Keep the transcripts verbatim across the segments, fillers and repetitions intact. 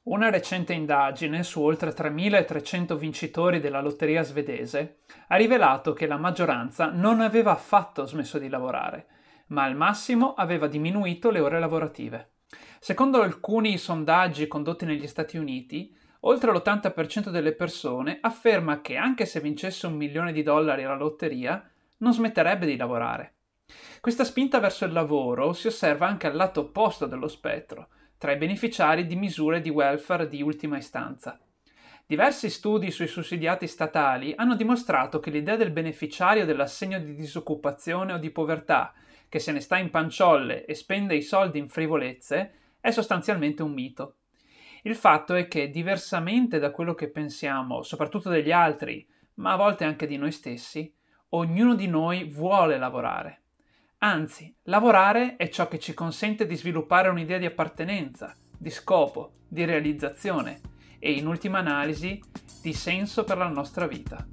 Una recente indagine su oltre tremilatrecento vincitori della lotteria svedese ha rivelato che la maggioranza non aveva affatto smesso di lavorare, ma al massimo aveva diminuito le ore lavorative. Secondo alcuni sondaggi condotti negli Stati Uniti, oltre l'ottanta per cento delle persone afferma che anche se vincesse un milione di dollari alla lotteria, non smetterebbe di lavorare. Questa spinta verso il lavoro si osserva anche al lato opposto dello spettro, tra i beneficiari di misure di welfare di ultima istanza. Diversi studi sui sussidiati statali hanno dimostrato che l'idea del beneficiario dell'assegno di disoccupazione o di povertà, che se ne sta in panciolle e spende i soldi in frivolezze, è sostanzialmente un mito. Il fatto è che, diversamente da quello che pensiamo, soprattutto degli altri, ma a volte anche di noi stessi, ognuno di noi vuole lavorare. Anzi, lavorare è ciò che ci consente di sviluppare un'idea di appartenenza, di scopo, di realizzazione e, in ultima analisi, di senso per la nostra vita.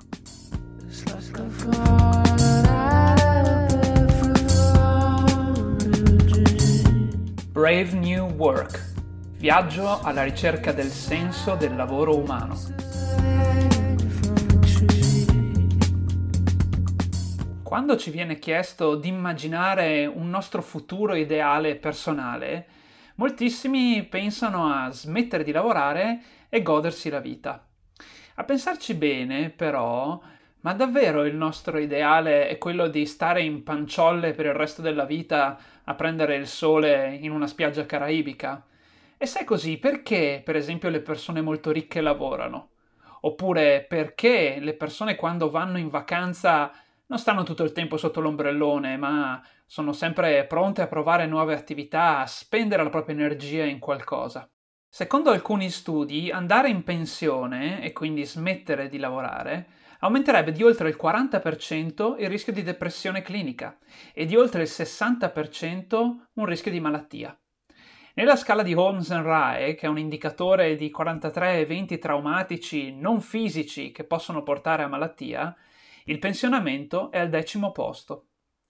Brave New Work. Viaggio alla ricerca del senso del lavoro umano. Quando ci viene chiesto di immaginare un nostro futuro ideale personale, moltissimi pensano a smettere di lavorare e godersi la vita. A pensarci bene, però, ma davvero il nostro ideale è quello di stare in panciolle per il resto della vita a prendere il sole in una spiaggia caraibica? E se è così, perché, per esempio, le persone molto ricche lavorano? Oppure perché le persone quando vanno in vacanza non stanno tutto il tempo sotto l'ombrellone, ma sono sempre pronte a provare nuove attività, a spendere la propria energia in qualcosa? Secondo alcuni studi, andare in pensione, e quindi smettere di lavorare, aumenterebbe di oltre il quaranta per cento il rischio di depressione clinica e di oltre il sessanta per cento un rischio di malattia. Nella scala di Holmes-Rahe, che è un indicatore di quarantatré eventi traumatici non fisici che possono portare a malattia, il pensionamento è al decimo posto.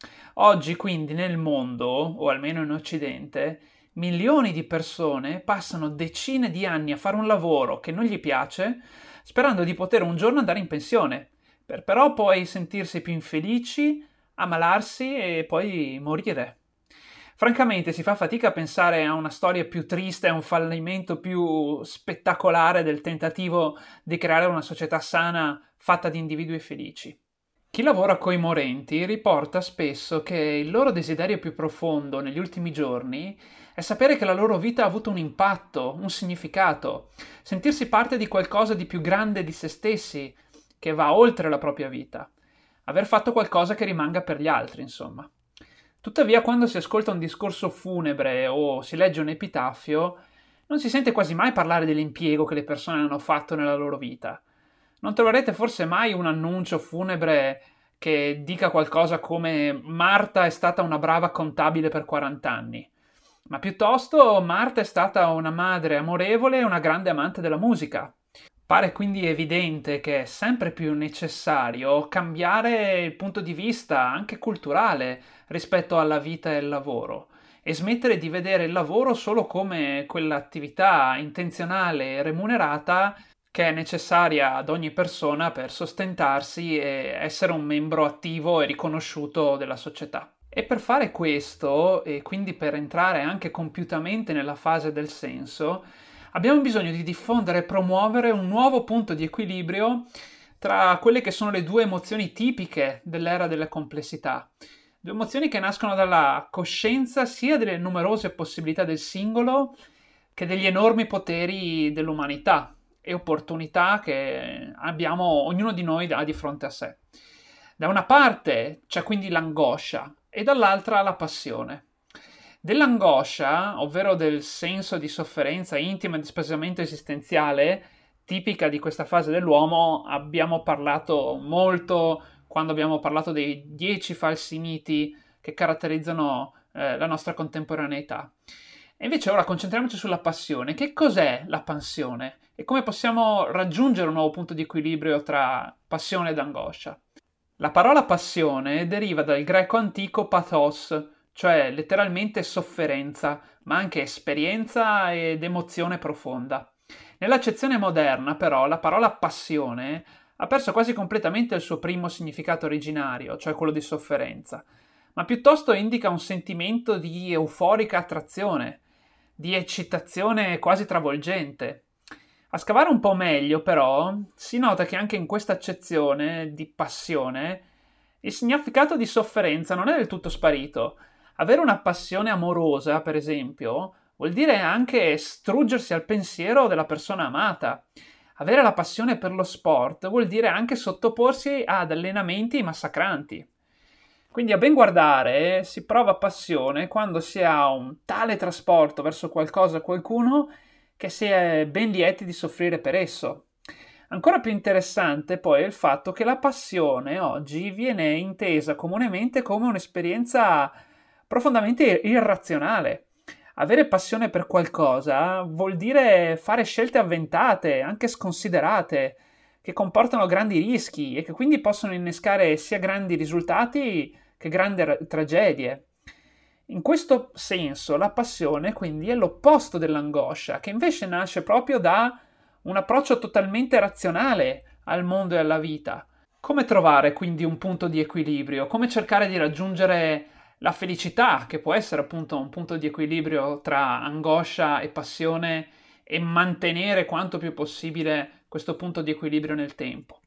Oggi quindi nel mondo, o almeno in Occidente, milioni di persone passano decine di anni a fare un lavoro che non gli piace, sperando di poter un giorno andare in pensione, per però poi sentirsi più infelici, ammalarsi e poi morire. Francamente si fa fatica a pensare a una storia più triste, a un fallimento più spettacolare del tentativo di creare una società sana fatta di individui felici. Chi lavora coi morenti riporta spesso che il loro desiderio più profondo negli ultimi giorni è sapere che la loro vita ha avuto un impatto, un significato, sentirsi parte di qualcosa di più grande di se stessi, che va oltre la propria vita, aver fatto qualcosa che rimanga per gli altri, insomma. Tuttavia, quando si ascolta un discorso funebre o si legge un epitaffio, non si sente quasi mai parlare dell'impiego che le persone hanno fatto nella loro vita. Non troverete forse mai un annuncio funebre che dica qualcosa come Marta è stata una brava contabile per quaranta anni, ma piuttosto Marta è stata una madre amorevole e una grande amante della musica. Pare quindi evidente che è sempre più necessario cambiare il punto di vista anche culturale rispetto alla vita e al lavoro e smettere di vedere il lavoro solo come quell'attività intenzionale e remunerata che è necessaria ad ogni persona per sostentarsi e essere un membro attivo e riconosciuto della società. E per fare questo, e quindi per entrare anche compiutamente nella fase del senso, abbiamo bisogno di diffondere e promuovere un nuovo punto di equilibrio tra quelle che sono le due emozioni tipiche dell'era della complessità. Due emozioni che nascono dalla coscienza sia delle numerose possibilità del singolo che degli enormi poteri dell'umanità e opportunità che abbiamo, ognuno di noi ha di fronte a sé. Da una parte c'è quindi l'angoscia e dall'altra la passione. Dell'angoscia, ovvero del senso di sofferenza intima e di spaesamento esistenziale, tipica di questa fase dell'uomo, abbiamo parlato molto quando abbiamo parlato dei dieci falsi miti che caratterizzano eh, la nostra contemporaneità. E invece ora concentriamoci sulla passione. Che cos'è la passione? E come possiamo raggiungere un nuovo punto di equilibrio tra passione ed angoscia? La parola passione deriva dal greco antico pathos, cioè letteralmente sofferenza, ma anche esperienza ed emozione profonda. Nell'accezione moderna, però, la parola passione ha perso quasi completamente il suo primo significato originario, cioè quello di sofferenza, ma piuttosto indica un sentimento di euforica attrazione, di eccitazione quasi travolgente. A scavare un po' meglio, però, si nota che anche in questa accezione di passione il significato di sofferenza non è del tutto sparito. Avere una passione amorosa, per esempio, vuol dire anche struggersi al pensiero della persona amata. Avere la passione per lo sport vuol dire anche sottoporsi ad allenamenti massacranti. Quindi a ben guardare si prova passione quando si ha un tale trasporto verso qualcosa o qualcuno che si è ben lieti di soffrire per esso. Ancora più interessante poi è il fatto che la passione oggi viene intesa comunemente come un'esperienza profondamente irrazionale. Avere passione per qualcosa vuol dire fare scelte avventate, anche sconsiderate, che comportano grandi rischi e che quindi possono innescare sia grandi risultati che grandi ra- tragedie. In questo senso, la passione quindi è l'opposto dell'angoscia, che invece nasce proprio da un approccio totalmente razionale al mondo e alla vita. Come trovare quindi un punto di equilibrio? Come cercare di raggiungere la felicità, che può essere appunto un punto di equilibrio tra angoscia e passione, e mantenere quanto più possibile questo punto di equilibrio nel tempo?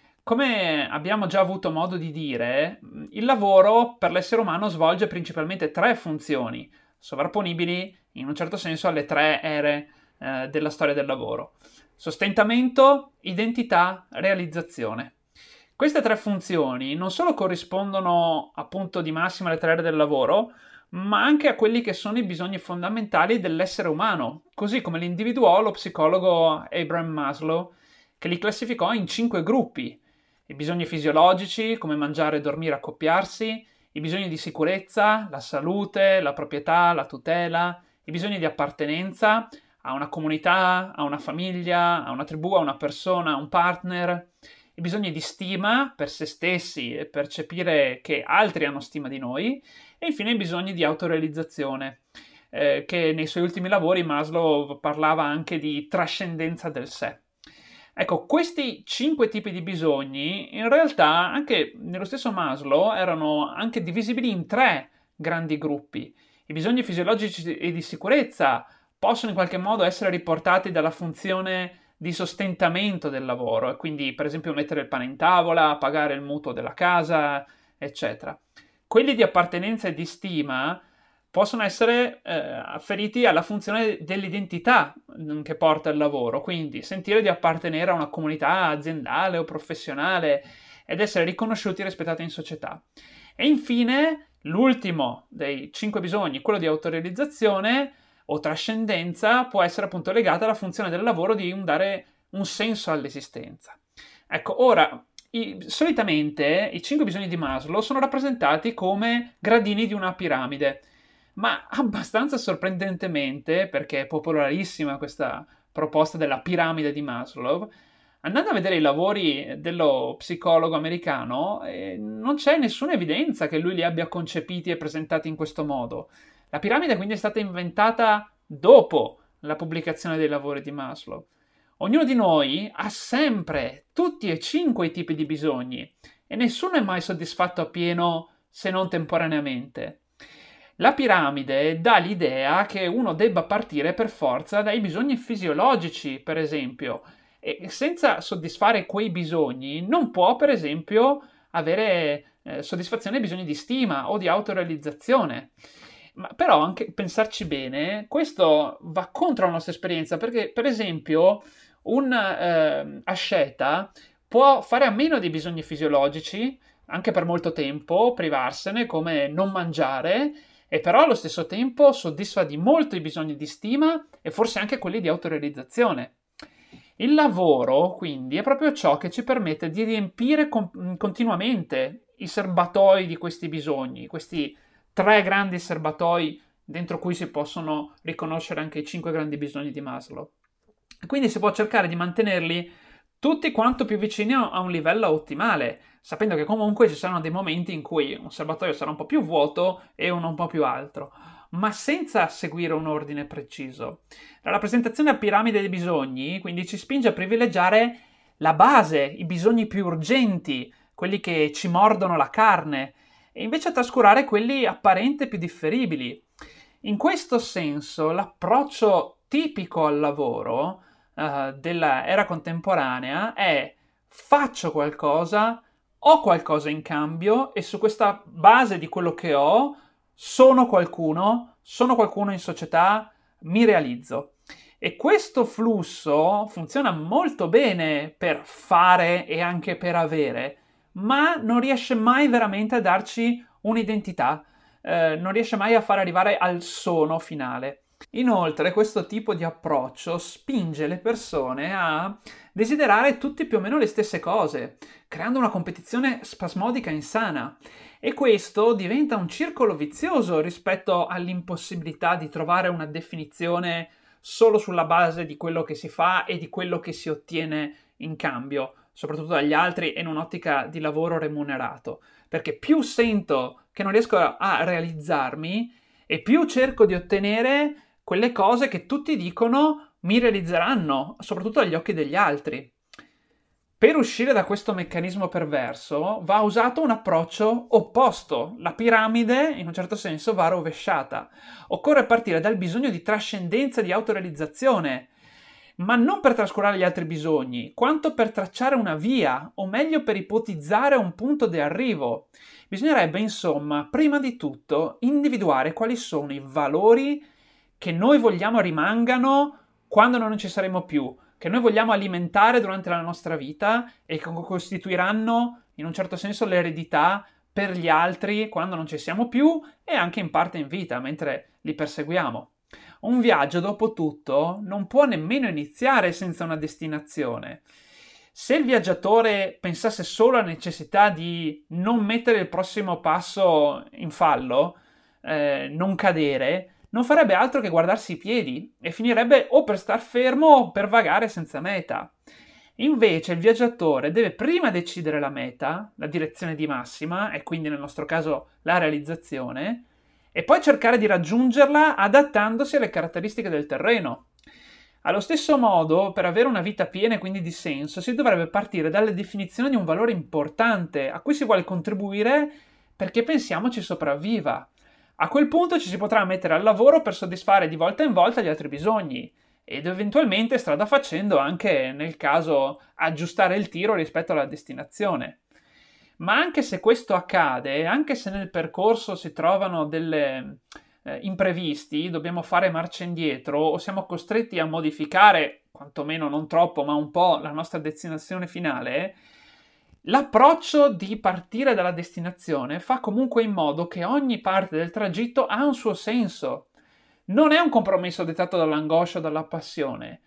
Come abbiamo già avuto modo di dire, il lavoro per l'essere umano svolge principalmente tre funzioni, sovrapponibili in un certo senso alle tre ere eh, della storia del lavoro: sostentamento, identità, realizzazione. Queste tre funzioni non solo corrispondono appunto di massima alle tre ere del lavoro, ma anche a quelli che sono i bisogni fondamentali dell'essere umano, così come li individuò lo psicologo Abraham Maslow, che li classificò in cinque gruppi: i bisogni fisiologici, come mangiare, dormire, accoppiarsi; i bisogni di sicurezza, la salute, la proprietà, la tutela; i bisogni di appartenenza a una comunità, a una famiglia, a una tribù, a una persona, a un partner; i bisogni di stima per se stessi e percepire che altri hanno stima di noi; e infine i bisogni di autorealizzazione, eh, che nei suoi ultimi lavori Maslow parlava anche di trascendenza del sé. Ecco, questi cinque tipi di bisogni in realtà anche nello stesso Maslow erano anche divisibili in tre grandi gruppi. I bisogni fisiologici e di sicurezza possono in qualche modo essere riportati dalla funzione di sostentamento del lavoro, e quindi per esempio mettere il pane in tavola, pagare il mutuo della casa, eccetera. Quelli di appartenenza e di stima possono essere eh, afferiti alla funzione dell'identità che porta il lavoro, quindi sentire di appartenere a una comunità aziendale o professionale ed essere riconosciuti e rispettati in società. E infine, l'ultimo dei cinque bisogni, quello di autorealizzazione o trascendenza, può essere appunto legato alla funzione del lavoro di un dare un senso all'esistenza. Ecco, ora, i, solitamente i cinque bisogni di Maslow sono rappresentati come gradini di una piramide, ma abbastanza sorprendentemente, perché è popolarissima questa proposta della piramide di Maslow, andando a vedere i lavori dello psicologo americano, eh, non c'è nessuna evidenza che lui li abbia concepiti e presentati in questo modo. La piramide quindi è stata inventata dopo la pubblicazione dei lavori di Maslow. Ognuno di noi ha sempre tutti e cinque i tipi di bisogni e nessuno è mai soddisfatto appieno se non temporaneamente. La piramide dà l'idea che uno debba partire per forza dai bisogni fisiologici, per esempio, e senza soddisfare quei bisogni non può, per esempio, avere eh, soddisfazione ai bisogni di stima o di autorealizzazione. Ma però anche pensarci bene, questo va contro la nostra esperienza, perché per esempio un eh, asceta può fare a meno dei bisogni fisiologici anche per molto tempo, privarsene, come non mangiare, e però allo stesso tempo soddisfa di molto i bisogni di stima e forse anche quelli di autorealizzazione. Il lavoro, quindi, è proprio ciò che ci permette di riempire con- continuamente i serbatoi di questi bisogni, questi tre grandi serbatoi dentro cui si possono riconoscere anche i cinque grandi bisogni di Maslow. Quindi si può cercare di mantenerli tutti quanto più vicini a un livello ottimale, sapendo che comunque ci saranno dei momenti in cui un serbatoio sarà un po' più vuoto e uno un po' più altro, ma senza seguire un ordine preciso. La rappresentazione a piramide dei bisogni quindi ci spinge a privilegiare la base, i bisogni più urgenti, quelli che ci mordono la carne, e invece a trascurare quelli apparenti più differibili. In questo senso, l'approccio tipico al lavoro uh, dell'era contemporanea è: faccio qualcosa, ho qualcosa in cambio e su questa base di quello che ho sono qualcuno, sono qualcuno in società, mi realizzo. E questo flusso funziona molto bene per fare e anche per avere, ma non riesce mai veramente a darci un'identità, eh, non riesce mai a far arrivare al sono finale. Inoltre, questo tipo di approccio spinge le persone a desiderare tutti più o meno le stesse cose, creando una competizione spasmodica insana. E questo diventa un circolo vizioso rispetto all'impossibilità di trovare una definizione solo sulla base di quello che si fa e di quello che si ottiene in cambio, soprattutto dagli altri e in un'ottica di lavoro remunerato. Perché più sento che non riesco a realizzarmi e più cerco di ottenere quelle cose che tutti dicono mi realizzeranno, soprattutto agli occhi degli altri. Per uscire da questo meccanismo perverso va usato un approccio opposto. La piramide, in un certo senso, va rovesciata. Occorre partire dal bisogno di trascendenza, di autorealizzazione, ma non per trascurare gli altri bisogni, quanto per tracciare una via, o meglio per ipotizzare un punto di arrivo. Bisognerebbe, insomma, prima di tutto individuare quali sono i valori che noi vogliamo rimangano quando non ci saremo più, che noi vogliamo alimentare durante la nostra vita e che costituiranno in un certo senso l'eredità per gli altri quando non ci siamo più e anche in parte in vita, mentre li perseguiamo. Un viaggio, dopo tutto, non può nemmeno iniziare senza una destinazione. Se il viaggiatore pensasse solo alla necessità di non mettere il prossimo passo in fallo, eh, non cadere, non farebbe altro che guardarsi i piedi e finirebbe o per star fermo o per vagare senza meta. Invece il viaggiatore deve prima decidere la meta, la direzione di massima, e quindi nel nostro caso la realizzazione, e poi cercare di raggiungerla adattandosi alle caratteristiche del terreno. Allo stesso modo, per avere una vita piena e quindi di senso, si dovrebbe partire dalla definizione di un valore importante a cui si vuole contribuire perché pensiamo ci sopravviva. A quel punto ci si potrà mettere al lavoro per soddisfare di volta in volta gli altri bisogni ed eventualmente, strada facendo, anche nel caso aggiustare il tiro rispetto alla destinazione. Ma anche se questo accade, anche se nel percorso si trovano delle eh, imprevisti, dobbiamo fare marcia indietro o siamo costretti a modificare, quantomeno non troppo, ma un po' la nostra destinazione finale, l'approccio di partire dalla destinazione fa comunque in modo che ogni parte del tragitto ha un suo senso. Non è un compromesso dettato dall'angoscia o dalla passione,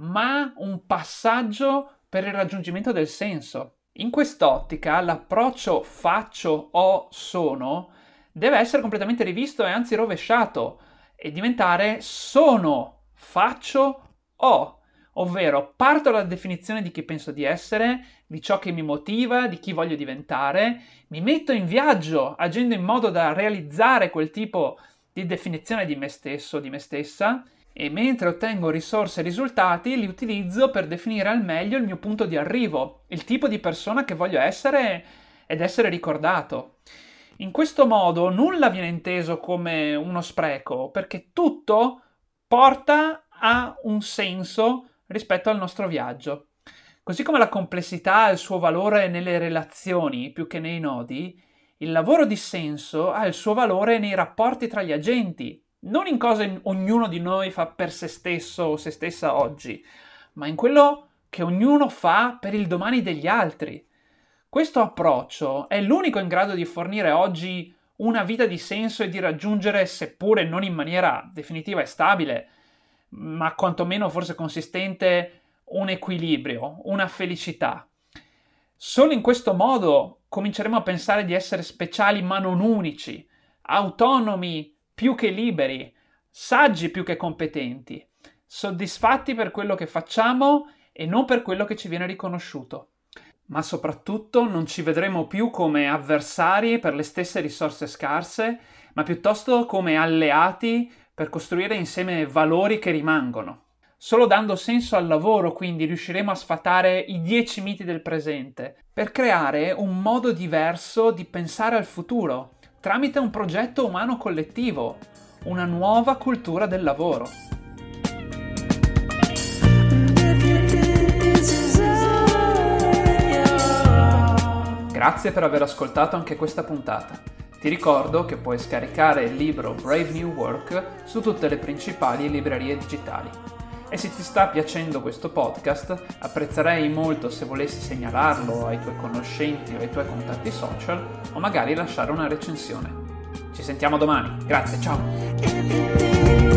ma un passaggio per il raggiungimento del senso. In quest'ottica, l'approccio faccio, ho, sono deve essere completamente rivisto e anzi rovesciato e diventare sono, faccio, ho. Ovvero parto dalla definizione di chi penso di essere, di ciò che mi motiva, di chi voglio diventare, mi metto in viaggio agendo in modo da realizzare quel tipo di definizione di me stesso, di me stessa, e mentre ottengo risorse e risultati li utilizzo per definire al meglio il mio punto di arrivo, il tipo di persona che voglio essere ed essere ricordato. In questo modo nulla viene inteso come uno spreco, perché tutto porta a un senso rispetto al nostro viaggio. Così come la complessità ha il suo valore nelle relazioni più che nei nodi, il lavoro di senso ha il suo valore nei rapporti tra gli agenti, non in cosa ognuno di noi fa per se stesso o se stessa oggi, ma in quello che ognuno fa per il domani degli altri. Questo approccio è l'unico in grado di fornire oggi una vita di senso e di raggiungere, seppure non in maniera definitiva e stabile, ma quantomeno forse consistente, un equilibrio, una felicità. Solo in questo modo cominceremo a pensare di essere speciali ma non unici, autonomi più che liberi, saggi più che competenti, soddisfatti per quello che facciamo e non per quello che ci viene riconosciuto. Ma soprattutto non ci vedremo più come avversari per le stesse risorse scarse, ma piuttosto come alleati per costruire insieme valori che rimangono. Solo dando senso al lavoro, quindi, riusciremo a sfatare i dieci miti del presente, per creare un modo diverso di pensare al futuro, tramite un progetto umano collettivo, una nuova cultura del lavoro. Grazie per aver ascoltato anche questa puntata. Ti ricordo che puoi scaricare il libro Brave New Work su tutte le principali librerie digitali. E se ti sta piacendo questo podcast, apprezzerei molto se volessi segnalarlo ai tuoi conoscenti o ai tuoi contatti social o magari lasciare una recensione. Ci sentiamo domani. Grazie, ciao!